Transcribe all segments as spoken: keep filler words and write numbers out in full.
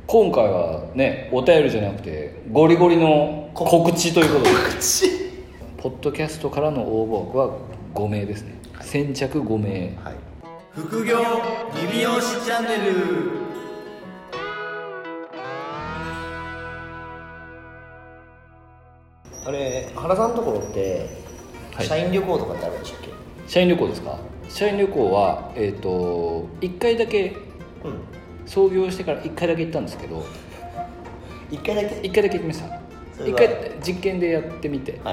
今回はねお便りじゃなくてゴリゴリの告知ということで告知ポッドキャストからの応募枠はごめいですね、はい、先着ごめい、 はい、副業リビオシチャンネル。あれ原さんのところって社員旅行とかってあるでしょっけ、はい、 社員旅行ですか。社員旅行は、えー、といっかいだけ、うん、創業してからいっかいだけ行ったんですけどいっかいだけいっかいだけ行きました。いっかい実験でやってみて、はい、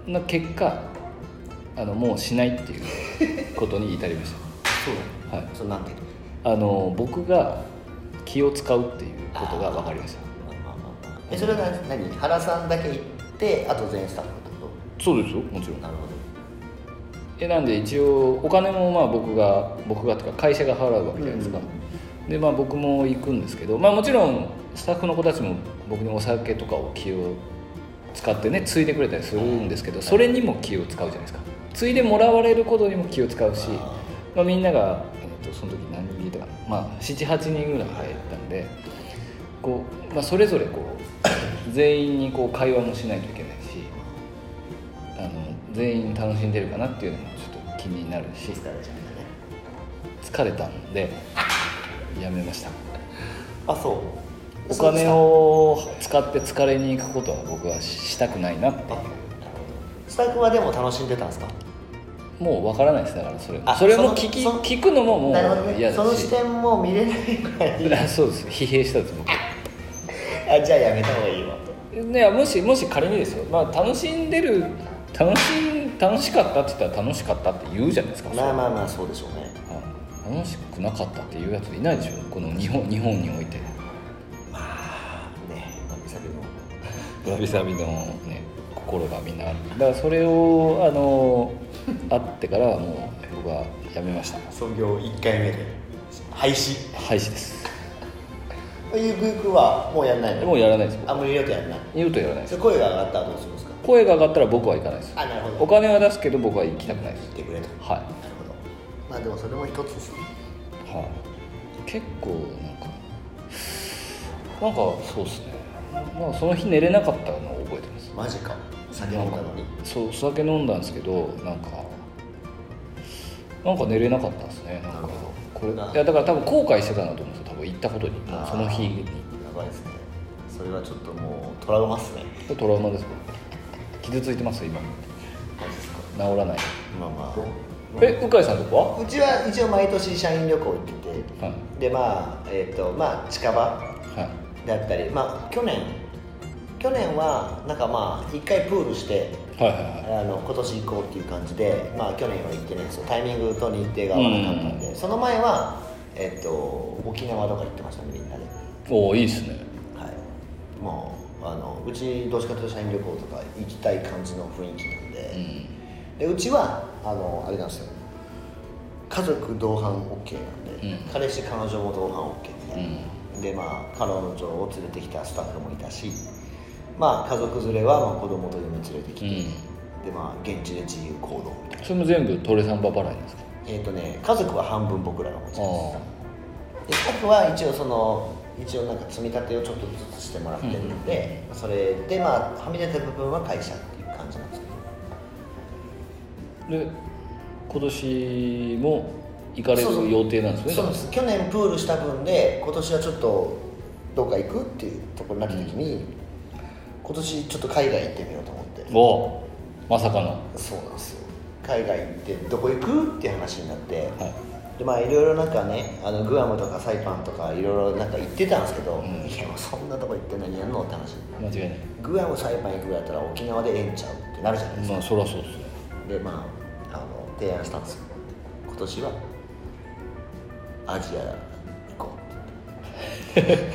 の結果あのもうしないっていうことに至りましたそう、はい、それなんていうあの僕が気を使うっていうことが分かりました。 えそれは何原さんだけ行ってあと全スタッフってこと？そうですよ、もちろん。 なるほど。 えなんで一応お金もまあ僕が僕がとか会社が払うわけじゃないですか、うん、でまあ僕も行くんですけど、まあもちろんスタッフの子たちも僕にお酒とかを気を使ってねついでくれたりするんですけど、それにも気を使うじゃないですか。ついでもらわれることにも気を使うし、まあ、みんなが、えー、とその時何人いたかな、まあ、ななはちにんぐらい入ったんでこう、まあ、それぞれこう全員にこう会話もしないといけないし、あの全員楽しんでるかなっていうのもちょっと気になるし、疲れちゃうんだね。疲れたんでやめました。 あ、そう。 お金を使って疲れに行くことは僕はしたくないなっていう。 スタッフはでも楽しんでたんですか？ もう分からないです。だからそれそれも聞き聞くのももう嫌だし、 ね、その視点も見れないぐらいそうです。疲弊したんです僕あじゃあやめた方がいいわと、 ね、もしもし仮にですよ、まあ、楽しんでる楽しん楽しかったって言ったら楽しかったって言うじゃないですか。 まあまあまあそうでしょうね。 楽しくなかったっていうやついないでしょこの日本日本において。 まあねわびさびのわびさびのね心がみんなある。だからそれをあのあってからもう僕はやめました。 創業いっかいめで廃止廃止です。 ゆくゆくはもうやらないの？ もうやらないです。 あもう二度とやらない。 二度とやらないです。 声が上がったらどうするんですか？ 声が上がったら僕は行かないです。 あなるほど。 お金は出すけど僕は行きたくないです。 行ってくれと。 はい。なるほど。まあでもそれも一つですね。 はい、結構なんかなんかそうですね。まあその日寝れなかったのを覚えてます。 マジか。酒飲んだのに。 そうお酒飲んだんですけどなんかなんか寝れなかったですね。なんかこれいやだから多分後悔してたなと思うんですよ。多分行ったことにもうその日に。やばいですね。それはちょっともうトラウマっすね。 トラウマです。傷ついてます今。 マジですか。 治らない。 まあまあ。 え、鵜飼さんとこは？ うちは一応毎年社員旅行行ってて、はい、でまあえっ、ー、とまあ近場だったり、はい、まあ去年去年はなんかまあ一回プールして、はいはいはい、あの今年行こうっていう感じで、まあ去年は行ってないんですよ。タイミングと日程が合わなかったんで、その前はえっ、ー、と沖縄とか行ってましたねみんなで。 おおいいですね。 はい。もうあのうちどっちかというと社員旅行とか行きたい感じの雰囲気なんで。うんでうちはあのあれなんですよ家族同伴 OK なんで、うん、彼氏彼女も同伴 OK みたいな、うん、でまあ彼女を連れてきたスタッフもいたしまあ家族連れはまあ子供と嫁連れてきて、うん、でまあ現地で自由行動みたいな。 それも全部トレサンバ払いですか？ えっ、ー、とね家族は半分僕らが持ちます。でスタッフは一応その一応なんか積み立てをちょっとずつしてもらってるんで、うん、それでまあはみ出た部分は会社っていう感じなんですけど。 で今年も行かれる予定なんですね。 そうです。去年プールした分で今年はちょっとどっか行くっていうところになった時に、うん、今年ちょっと海外行ってみようと思って。 おまさかの。そうなんですよ。海外行ってどこ行くっていう話になって、はい、でまあいろいろなんかねあのグアムとかサイパンとかいろいろなんか行ってたんですけど、うん、いやもうそんなとこ行って何やんのって話。 間違いない。 グアムサイパン行くぐらいだったら沖縄でええんちゃうってなるじゃないですか。 まあそりゃそうですよ。 でまあ、あの提案したんですよ。今年はアジア行こうって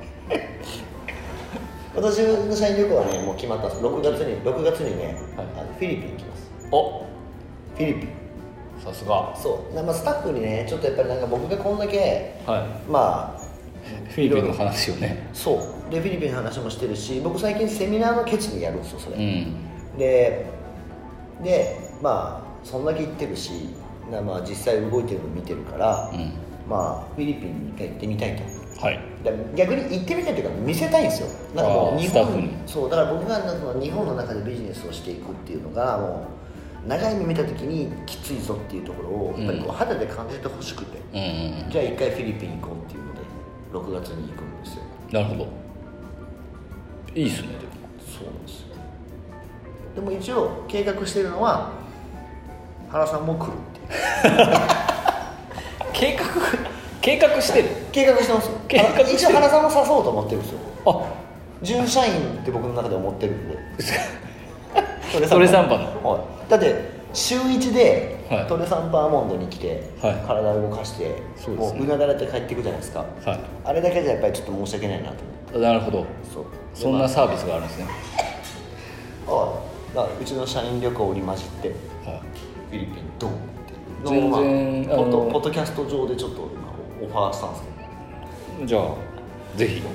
今年の社員旅行はねもう決まったんですろくがつにろくがつにね、はい、あのフィリピン行きます。 おフィリピンさすが。 そうまあスタッフにねちょっとやっぱりなんか僕がこんだけ、はい、まあフィリピンの話をねそうでフィリピンの話もしてるし僕最近セミナーのケチにやるんですよそれ、うん、ででまあそんだけ行ってるしまあ実際動いてるの見てるから、うん、まあフィリピンに一回行ってみたいと、 はい、 逆に行ってみたいというか見せたいんですよ。なんかもう日本にそうだから僕がなんか日本の中でビジネスをしていくっていうのがもう長い目見た時にきついぞっていうところをやっぱりこう肌で感じてほしくて、うん、じゃあ一回フィリピン行こうっていうのでろくがつに行くんですよ。 なるほど、いいっすね。でもそうなんですよ。でも一応計画してるのは原さんも来るっていう計画計画してる計画してますよ。 計画してる。 一応原さんも誘おうと思ってるんですよ。 あ、 準社員って僕の中で思ってるんでトレサンパの、 はい、だって週いちでトレサンパーモンドに来て、はい、体を動かして、はい、もううなだれて帰っていくじゃないですか、はい、あれだけじゃやっぱりちょっと申し訳ないなと思って。 なるほど、そう、そんなサービスがあるんですね。 ああ、だからうちの社員旅行に混じって、はい、フィリピンドンって全然、 まあ、ポッド、ポッドキャスト上でちょっと今オファーしたんですけど、 じゃあぜひい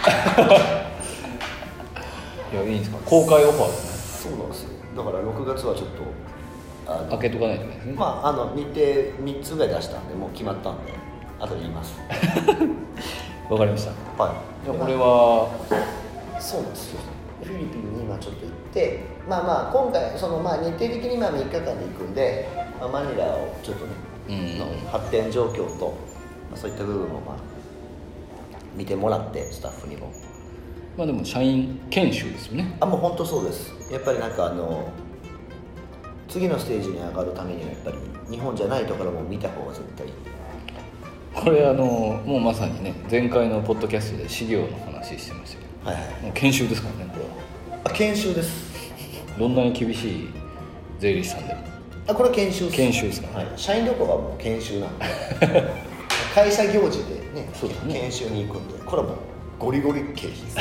や、いいんですか、公開オファーですね。そうなんですよ。だからろくがつはちょっとあの開けとかないとね。 まああの日程みっつぐらい出したんでもう決まったんで後で言いますわかりました。はい。じゃあこれはそうなんですよ。フィリピンに今ちょっと行ってまあまあ今回そのまあ日程的にまあみっかかんで行くんで、まあ、マニラをちょっとね、うん、の発展状況と、まあ、そういった部分をまあ見てもらってスタッフにもまあでも社員研修ですよね。 あ、もう本当そうです。やっぱりなんかあの次のステージに上がるためにはやっぱり日本じゃないところも見た方が絶対いい。 これあのもうまさにね前回のポッドキャストで事業の話してましたけど、はいはい、もう研修ですからねこれは。 あ、研修です。 どんなに厳しい税理士さんでもあ、これは研修です。 研修ですか、 はい、社員旅行がもう研修なんで会社行事でね、そうですね、研修に行くんでこれはもうゴリゴリ経費です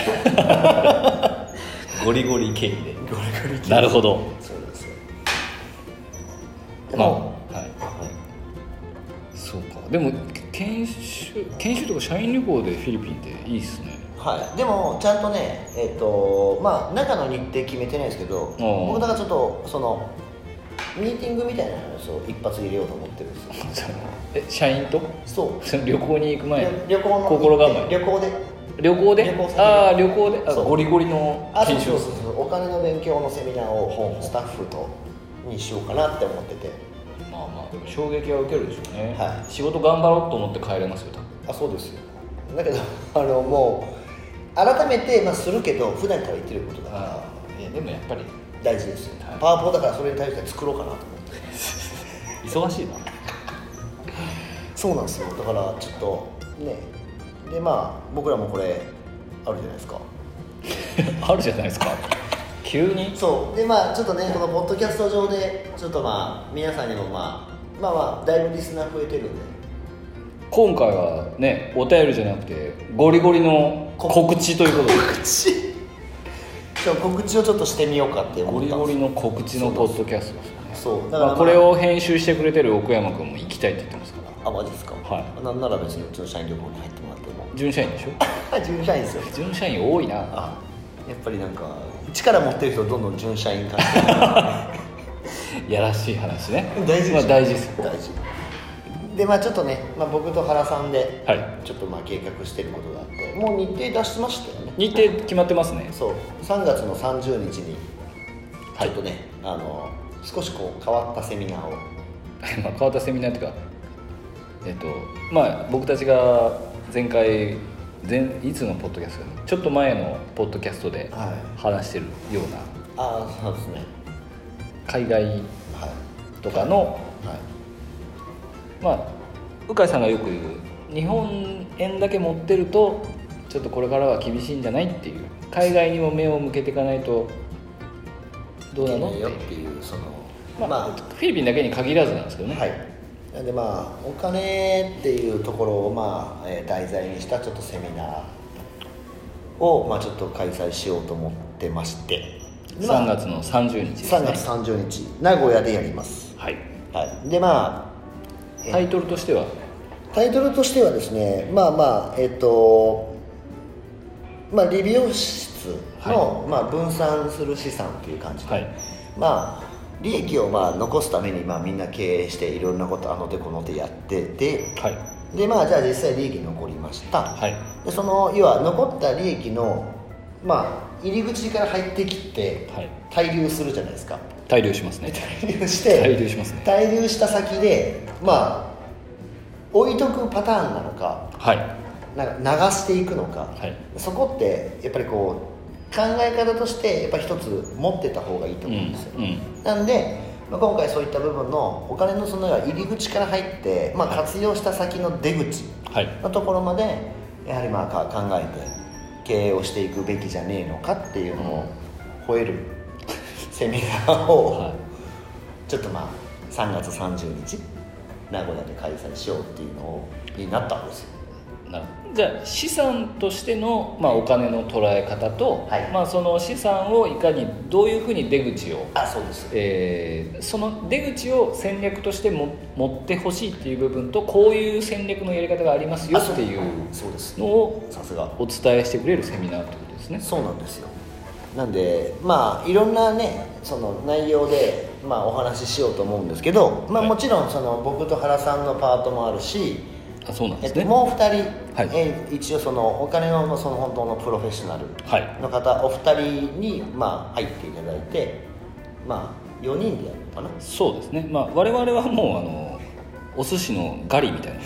ゴリゴリ経費でゴリゴリ経費。 なるほど。 そうですよ。 まあ、はい、はい、そうか。でも研修研修とか社員旅行でフィリピンっていいっすね。 はい。でもちゃんとね、えっとまあ中の日程決めてないですけど、僕だからちょっとそのミーティングみたいなのを一発入れようと思ってるんですよ。 え、社員と？ そう。 旅行に行く前に旅行の心構え。 旅行で。 旅行で？ 旅行ああ、旅行で。あ、ゴリゴリの研修。 そうそうそう。お金の勉強のセミナーをスタッフとにしようかなって思ってて。 まあまあでも衝撃は受けるでしょうね。 はい。 仕事頑張ろうと思って帰れますよ。 あ、そうですよ。だけどあのもう改めてまあするけど普段から言ってることだから。 いやでもやっぱり大事ですよ、はい、パワポだからそれに対して作ろうかなと思って忙しいなそうなんですよ。だからちょっとねでまあ僕らもこれあるじゃないですかあるじゃないですか急にそうでまあちょっとねこのポッドキャスト上でちょっとまあ皆さんにもまあまあまあだいぶリスナー増えてるんで今回はねお便りじゃなくてゴリゴリの告知ということで告知告知をちょっとしてみようかって思ったんです。 ゴリゴリの告知のポッドキャストですね。 そうだから、まあ、これを編集してくれてる奥山君も行きたいって言ってますから。 あ、マジですか。はい。なんなら別にうちの社員旅行に入ってもらっても準社員でしょ準社員ですよ。 準社員多いな。あ、 やっぱりなんか力持ってる人どんどん準社員化してやらしい話ね。 大事です、 まあ、大事です。 大事でまあちょっとね、まあ、僕と原さんでちょっとまあ計画してることがあって、もう日程出しましたよね。 日程決まってますね。 そうさんがつのさんじゅうにちにちょっとね、はい、あの少しこう変わったセミナーをまあ変わったセミナーっていうかえっとまあ僕たちが前回前いつのポッドキャストちょっと前のポッドキャストで話してるような、 はい、ああそうですね海外とかの、はいはいまあ、鵜飼さんがよく言う日本円だけ持ってるとちょっとこれからは厳しいんじゃないっていう海外にも目を向けていかないとどうなのっていうその、まあまあ、フィリピンだけに限らずなんですけどね。はいなんでまあお金っていうところをまあ、えー、題材にしたちょっとセミナーをまあちょっと開催しようと思ってまして、 まあ、さんがつのさんじゅうにちですね。 さんがつさんじゅうにち名古屋でやります。 はい、 はい、でまあタイトルとしてはタイトルとしてはですねまあまあえっ、ー、とまあ理美容室の、はいまあ、分散する資産という感じで、はい、まあ利益をまあ残すためにまあみんな経営していろんなことあの手この手やってて、はい、 でまあじゃあ実際利益残りました、 はい、 でその要は残った利益のまあ入り口から入ってきて、はい、滞留するじゃないですか。 滞留しますね。 滞留して滞留しますね。 滞留した先でまあ置いとくパターンなのか、 はい、 なんか流していくのか、 はい、 そこってやっぱりこう考え方としてやっぱり一つ持ってた方がいいと思うんですよ、うんうん、なんで、まあ、今回そういった部分のお金のその入り口から入って、まあ、活用した先の出口のところまでやはりまあ考えて経営をしていくべきじゃねえのかっていうのを吠えるセミナーをちょっとまあさんがつさんじゅうにち名古屋で開催しようっていうのになったんですよ。 なじゃあ資産としての、まあ、お金の捉え方と、はい、まあ、その資産をいかにどういうふうに出口をあそうです、 えー、その出口を戦略としても持ってほしいっていう部分とこういう戦略のやり方がありますよっていうのをさすがお伝えしてくれるセミナーってことですね。 そうなんですよ。なんでまあいろんなねその内容で、まあ、お話ししようと思うんですけど、まあ、もちろんその僕と原さんのパートもあるし、 あそうなんですね、 えっと、もうふたり、 はい、 え一応そのお金のその本当のプロフェッショナルの方、はい、お二人に、まあ、入っていただいて、まあ、よにんでやるのかな。 そうですね、まあ、我々はもうあのお寿司のガリみたいな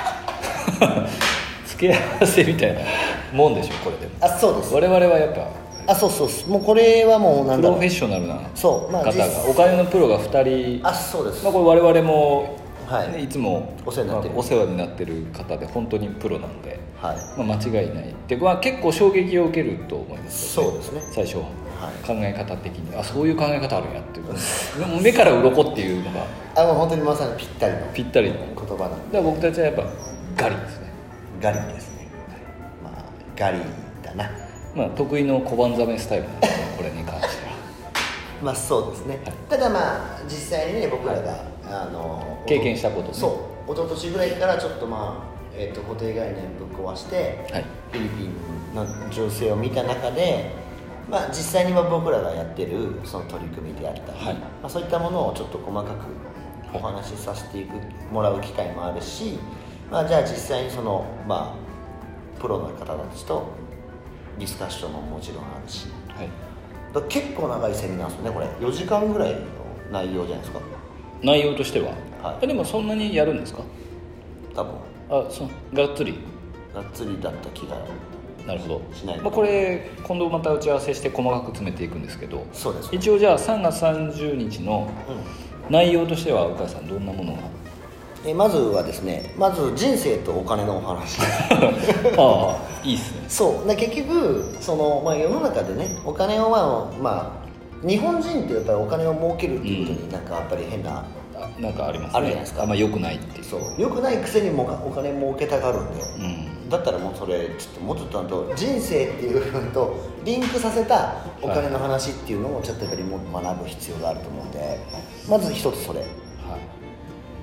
付け合わせみたいなもんでしょこれでも。 あそうです。 我々はやっぱあそうそうそう、もうこれはもうなんだろうプロフェッショナルなそう、まあ、 方がお金のプロがふたり、 あそうです、 まあ、これ我々もはい、 いつもお世話になってる、 まあ、お世話になってる方で本当にプロなんで、 はい、 まあ、間違いないで、まあ、結構衝撃を受けると思います、 ね、そうですね最初は、 はい、 考え方的にあそういう考え方あるんやっていう目から鱗っていうのがあもう本当にまさにぴったりのぴったりの言葉なんで、 だから僕たちはやっぱガリですね。 ガリですね、まあ、ガリだな、 まあ、得意の小判ザメスタイルなんですこれに関してはまあそうですね、はい、ただまあ実際にね僕らが、はい、あの経験したことね、 そう一昨年ぐらいからちょっとまあ、えー、と固定概念ぶっ壊して、はい、フィリピンの情勢を見た中で、まあ、実際には僕らがやってるその取り組みであったり、はい、まあ、そういったものをちょっと細かくお話しさせていく、はい、もらう機会もあるし、まあ、じゃあ実際にその、まあ、プロの方たちとディスカッションももちろんあるし、はい、だ結構長いセミナーですよねこれよじかんぐらいの内容じゃないですか内容としては、はい、でもそんなにやるんですか多分あそうがっつりがっつりだった気がなるほどしない、 まあ、これ今度また打ち合わせして細かく詰めていくんですけど、 そうです、 一応じゃあさんがつさんじゅうにちの内容としては岡谷さんどんなものがえまずはですねまず人生とお金のお話ああいいですね。 そうで結局その、まあ、世の中でねお金をまあ、まあ、日本人ってやっぱりお金を儲けるっていうことになんかやっぱり変な、 うん、なんかありますねあるじゃないですか。 あんま良くないっていうそう良くないくせにもお金儲けたがるんで、うん、だったらもうそれちょっともうちょっとと人生っていう部分とリンクさせたお金の話っていうのをちょっとやっぱりもう学ぶ必要があると思うんでまず一つそれ、はい、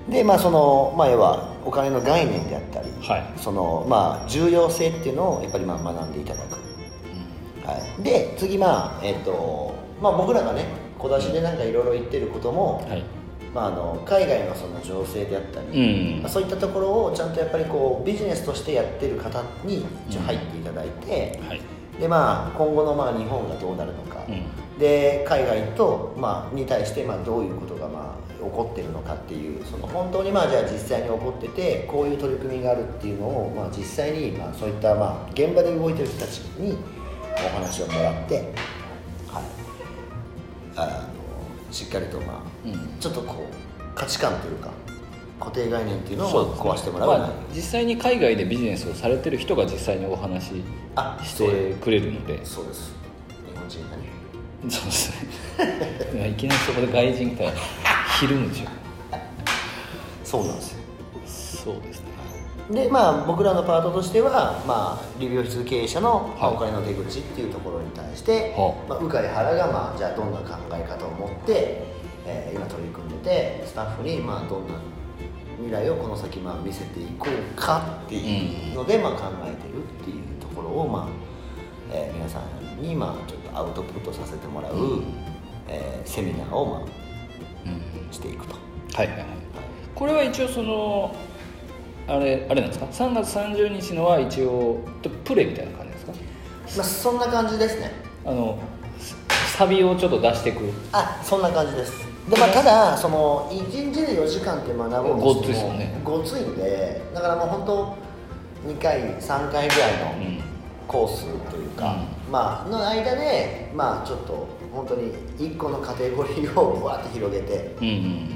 でまあその、まあ、要はお金の概念であったり、はい、そのまあ重要性っていうのをやっぱりまあ学んでいただく、うん、はい、で次まあえっとまあ僕らがね小出しでなんかいろいろ言ってることも、はい、まあ、あの海外のその情勢であったり、うん、まあ、そういったところをちゃんとやっぱりこうビジネスとしてやってる方に一応入っていただいて、うん、はい、でまあ今後のまあ日本がどうなるのか、うん、で海外と、まあ、に対してまあどういうことがまあ起こってるのかっていうその本当にまあじゃあ実際に起こっててこういう取り組みがあるっていうのを、まあ、実際にまあそういったまあ現場で動いてる人たちにお話をもらって、はい、あのしっかりとまあ、うん、ちょっとこう価値観というか固定概念っていうのを壊してもらう、 まあ、実際に海外でビジネスをされてる人が実際にお話ししてくれるので、 そうです、日本人がね、 そうですねいきなりそこで外人来たらひるむでしょそうなんですよ。 そうですね。 でまあ僕らのパートとしては、まあ、理美容室経営者のお金の出口っていうところに対して、はい、まあ、鵜飼原が、まあ、じゃあどんな考え方を持って、えー、今取り組んでてスタッフに、まあ、どんな未来をこの先、まあ、見せていこうかっていうので、うん、まあ、考えてるっていうところを、まあ、えー、皆さんに、まあ、ちょっとアウトプットさせてもらう、うん、えー、セミナーを、まあ、うん、していくと。 はいはいはい。これは一応そのあれあれなんですか、さんがつさんじゅうにちのは一応プレみたいな感じですか？ まあそんな感じですね。 あのサビをちょっと出していく。 あ、そんな感じです。で、まあ、ただそのいちにちでよじかんって学ぶんごっついですけどですよね。 ごっついんで、だからもう本当にかいさんかいぐらいのコースというか、うん、まあの間でまあちょっと本当にいっこのカテゴリーをわーって広げて、うんうん、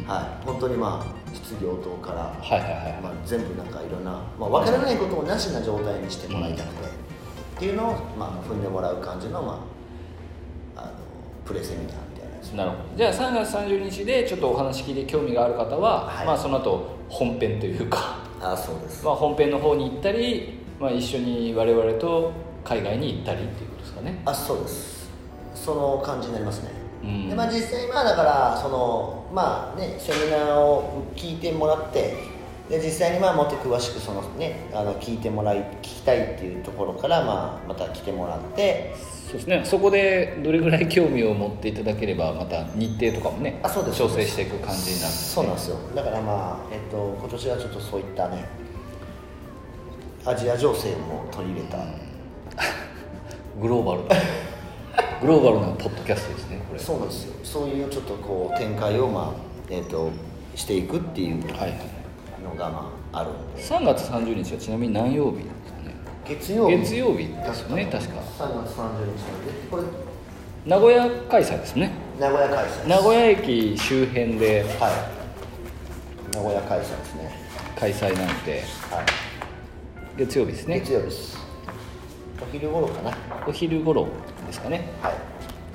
はい、本当にまあ質疑応答から、はいはいはい、まあ、全部なんかいろんな、まあ、分からないことをなしな状態にしてもらいたくて、うん、っていうのを、まあ、踏んでもらう感じの、まあ、あのプレセミナーみたいなやつ。 なるほど。じゃあさんがつさんじゅうにちでちょっとお話聞いて興味がある方は、はい、まあ、その後本編というか、 あ、そうです、 まあ、本編の方に行ったり、まあ、一緒に我々と海外に行ったりっていうことですかね。 あ、そうです。その感じになりますね。 うん、 で、まあ、実際まあだからそのまあねセミナーを聞いてもらって、で実際にまあもっと詳しくそのねあの聞いてもらい聞きたいっていうところから、まあ、また来てもらって、 そうですね、そこでどれぐらい興味を持っていただければまた日程とかもね、 あ、そうです、 調整していく感じになるんです、ね、 そうなんですよ。だからまあ、えっと、今年はちょっとそういったねアジア情勢も取り入れた、うん、 グローバルなグローバルなポッドキャストですね、これ。 そうなんですよ。そういうちょっとこう展開を、まあえー、としていくっていうのが、まあ、あるんで。 さんがつさんじゅうにちはちなみに何曜日なんですかね？ 月曜日。 月曜日ですよね、確か。 さんがつさんじゅうにちなんで、これ名古屋開催ですね。 名古屋開催です。 名古屋駅周辺で、 はい、名古屋開催ですね。 開催なので、はい、月曜日ですね。 月曜日です。お昼頃かな。 お昼頃ですかね、はい、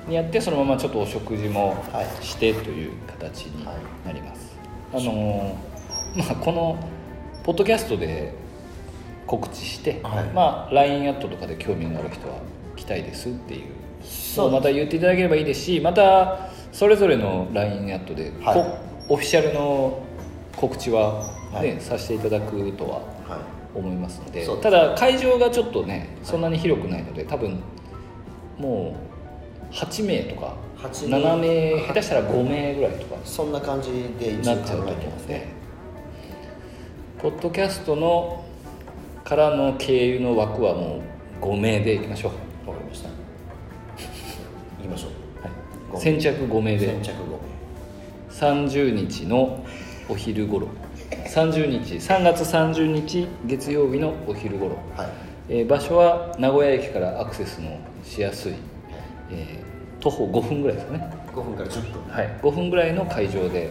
にやって、そのままちょっとお食事もしてという形になります、はい、あのー、まあこのポッドキャストで告知して、はい、まあ ライン アットとかで興味のある人は来たいですっていうそうまた言っていただければいいですし、またそれぞれの ライン アットで、はい、オフィシャルの告知は、ね、はい、させていただくとは思いますので、はい、ただ会場がちょっとねそんなに広くないので、多分もうはちめいとかななめい、下手したらごめいぐらいとかそんな感じでなっちゃうと思うので、ポッドキャストのからの経由の枠はもうごめいでいきましょう。 わかりました。いきましょう、はい、先着ごめいで、 先着ごめい、 さんじゅうにちのお昼頃さんじゅうにちさんがつさんじゅうにち月曜日のお昼頃、はい、えー、場所は名古屋駅からアクセスのしやすい、えー、徒歩ごふんぐらいですかね。 ごふんからじゅっぷん、 はい、ごふんぐらいの会場で、え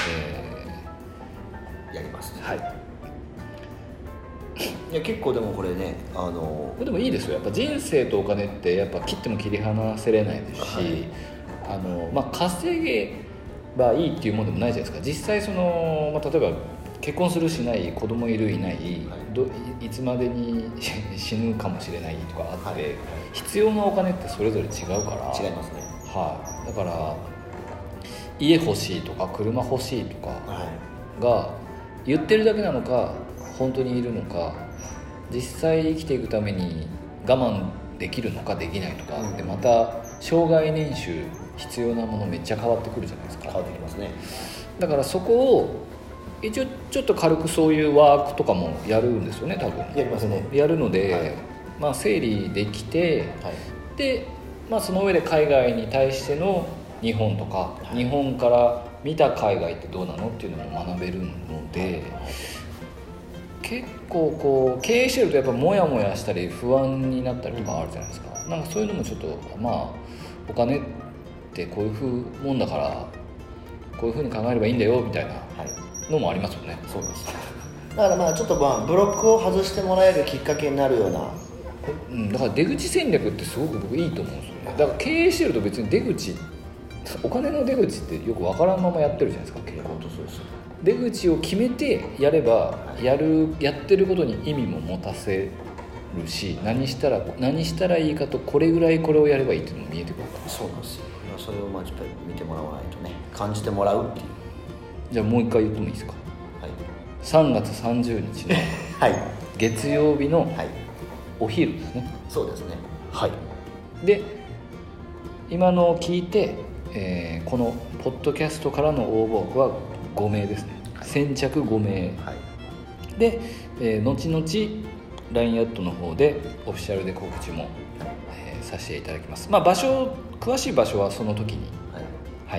ー、やりますね。 はい、 いや結構でもこれね、あのでもいいですよ。やっぱ人生とお金ってやっぱ切っても切り離せれないですし、はい、あのまあ、稼げばいいっていうものでもないじゃないですか。実際その、まあ、例えば結婚するしない子供いるいない、はい、ど い, いつまでに死ぬかもしれないとかあって、はい、必要なお金ってそれぞれ違うから。 違いますね、 はい、だから家欲しいとか車欲しいとかが言ってるだけなのか本当にいるのか、実際生きていくために我慢できるのかできないとか、うん、でまた生涯年収必要なものめっちゃ変わってくるじゃないですか。 変わってきますね。 だからそこを一応ちょっと軽くそういうワークとかもやるんですよね、多分。 やりますね。 やるので、はい、まあ、整理できて、はい、で、まあ、その上で海外に対しての日本とか、はい、日本から見た海外ってどうなのっていうのも学べるので、はい、結構こう経営してるとやっぱモヤモヤしたり不安になったりとかあるじゃないですか、うん、なんかそういうのもちょっとまあお金ってこういうふうもんだからこういうふうに考えればいいんだよみたいなのもありますよね、はい、 そうです。だからまあちょっとまあブロックを外してもらえるきっかけになるような、 うん、だから出口戦略ってすごく僕いいと思うんですよね。だから経営してると別に出口お金の出口ってよく分からんままやってるじゃないですか。結構本当そうです。 出口を決めてやればやるやってることに意味も持たせるし、何したら何したらいいかとこれぐらいこれをやればいいっていうのも見えてくるから。 そうなんですよ。それをまあちょっと見てもらわないとね、感じてもらうっていう。 じゃあもう一回言ってもいいですか。はい。さんがつさんじゅうにちの月曜日のお昼ですね。 そうですね。 はい。で今のを聞いて、えー、このポッドキャストからの応募枠はごめいですね。先着ごめい、はい、で、 えー、後々 ライン アットの方でオフィシャルで告知も、えー、させていただきます。まあ場所詳しい場所はその時にはい、 はい、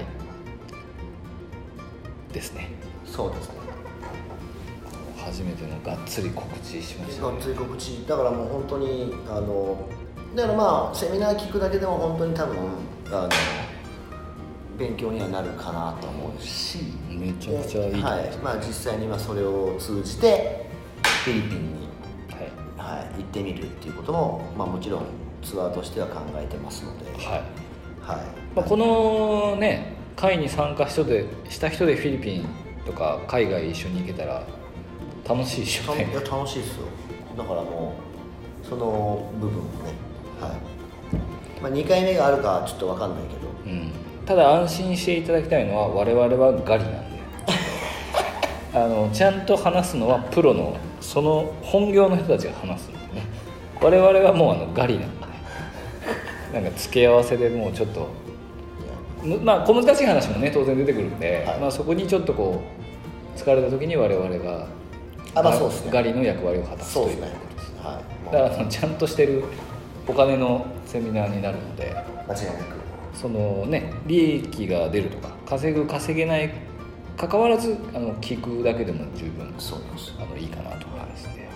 ですね。 そうですね。 初めてのがっつり告知しました、ね、 がっつり告知だからもう本当にあのだからまあセミナー聞くだけでも本当に多分あの勉強にはなるかなと思うし、 めちゃくちゃいいと思います、 はいまあ、実際にはそれを通じてフィリピンに、 はいはい、行ってみるっていうことも、まあ、もちろんツアーとしては考えてますので、 はいはいまあ、このね会に参加した人でした人でフィリピンとか海外一緒に行けたら楽しいでしょうね。 いや楽しいですよ。だからもうその部分もね、はいまあ、にかいめがあるかはちょっと分かんないけど、 うん、ただ安心していただきたいのは我々はガリなんであのちゃんと話すのはプロのその本業の人たちが話すんでね、我々はもうあのガリなんでねなんか付け合わせでもうちょっとまあ小難しい話もね当然出てくるんで、はいまあ、そこにちょっとこう疲れた時に我々があ、まあそうですね、 ガリの役割を果たすということです。 はい、 だからちゃんとしてるお金のセミナーになるので、 間違いなくそのね利益が出るとか稼ぐ稼げないかかわらずあの聞くだけでも十分そうですあのいいかなと思いますので、はい、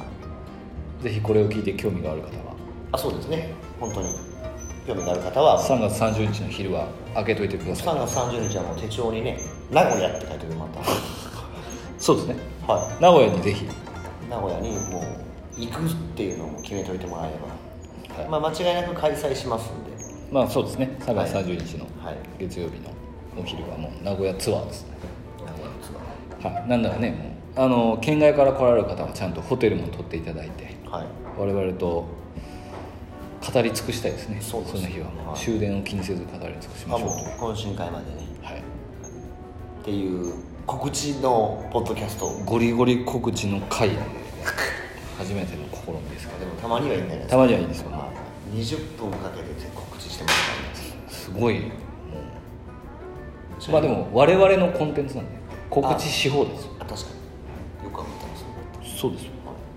ぜひこれを聞いて興味がある方はあそうですね本当に興味がある方はさんがつさんじゅうにちの昼は開けといてください。 さんがつさんじゅうにちはもう手帳にね名古屋って書いてくれまたそうですね、 はい、 名古屋にぜひ名古屋にもう行くっていうのも決めといてもらえれば、はいまあ、間違いなく開催しますんでまあそうですねさんがつさんじゅうにちのはい月曜日のお昼はもう名古屋ツアーですね。 名古屋ツアーはい、なんならねもうあの県外から来られる方はちゃんとホテルも取っていただいて、 はい、 我々と語り尽くしたいですね。 そうです。 その日はもう、 はい、 終電を気にせず語り尽くしましょうと。 あもう懇親会までね、 はい、 っていう告知のポッドキャストゴリゴリ告知の回初めての試みですけど、 でもたまにはいいんじゃないですか。 たまにはいいですよ、 まあ、にじゅっぷんかけて告知してますからね。 すごいもうまあでも我々のコンテンツなんで告知し放題ですよ。 あ確かによく考えてますね。 そうですよ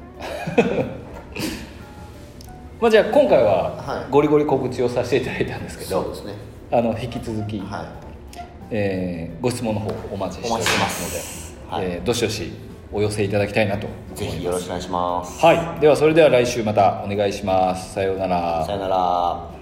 まあじゃあ今回はゴリゴリ告知をさせていただいたんですけど、 そうですね、 あの引き続き、 はいえー、ご質問の方お待ちしておりますので、はいえー、どしどしお寄せいただきたいなと思います。 ぜひよろしくお願いします。 はい、ではそれでは来週またお願いします。さようなら。 さようなら。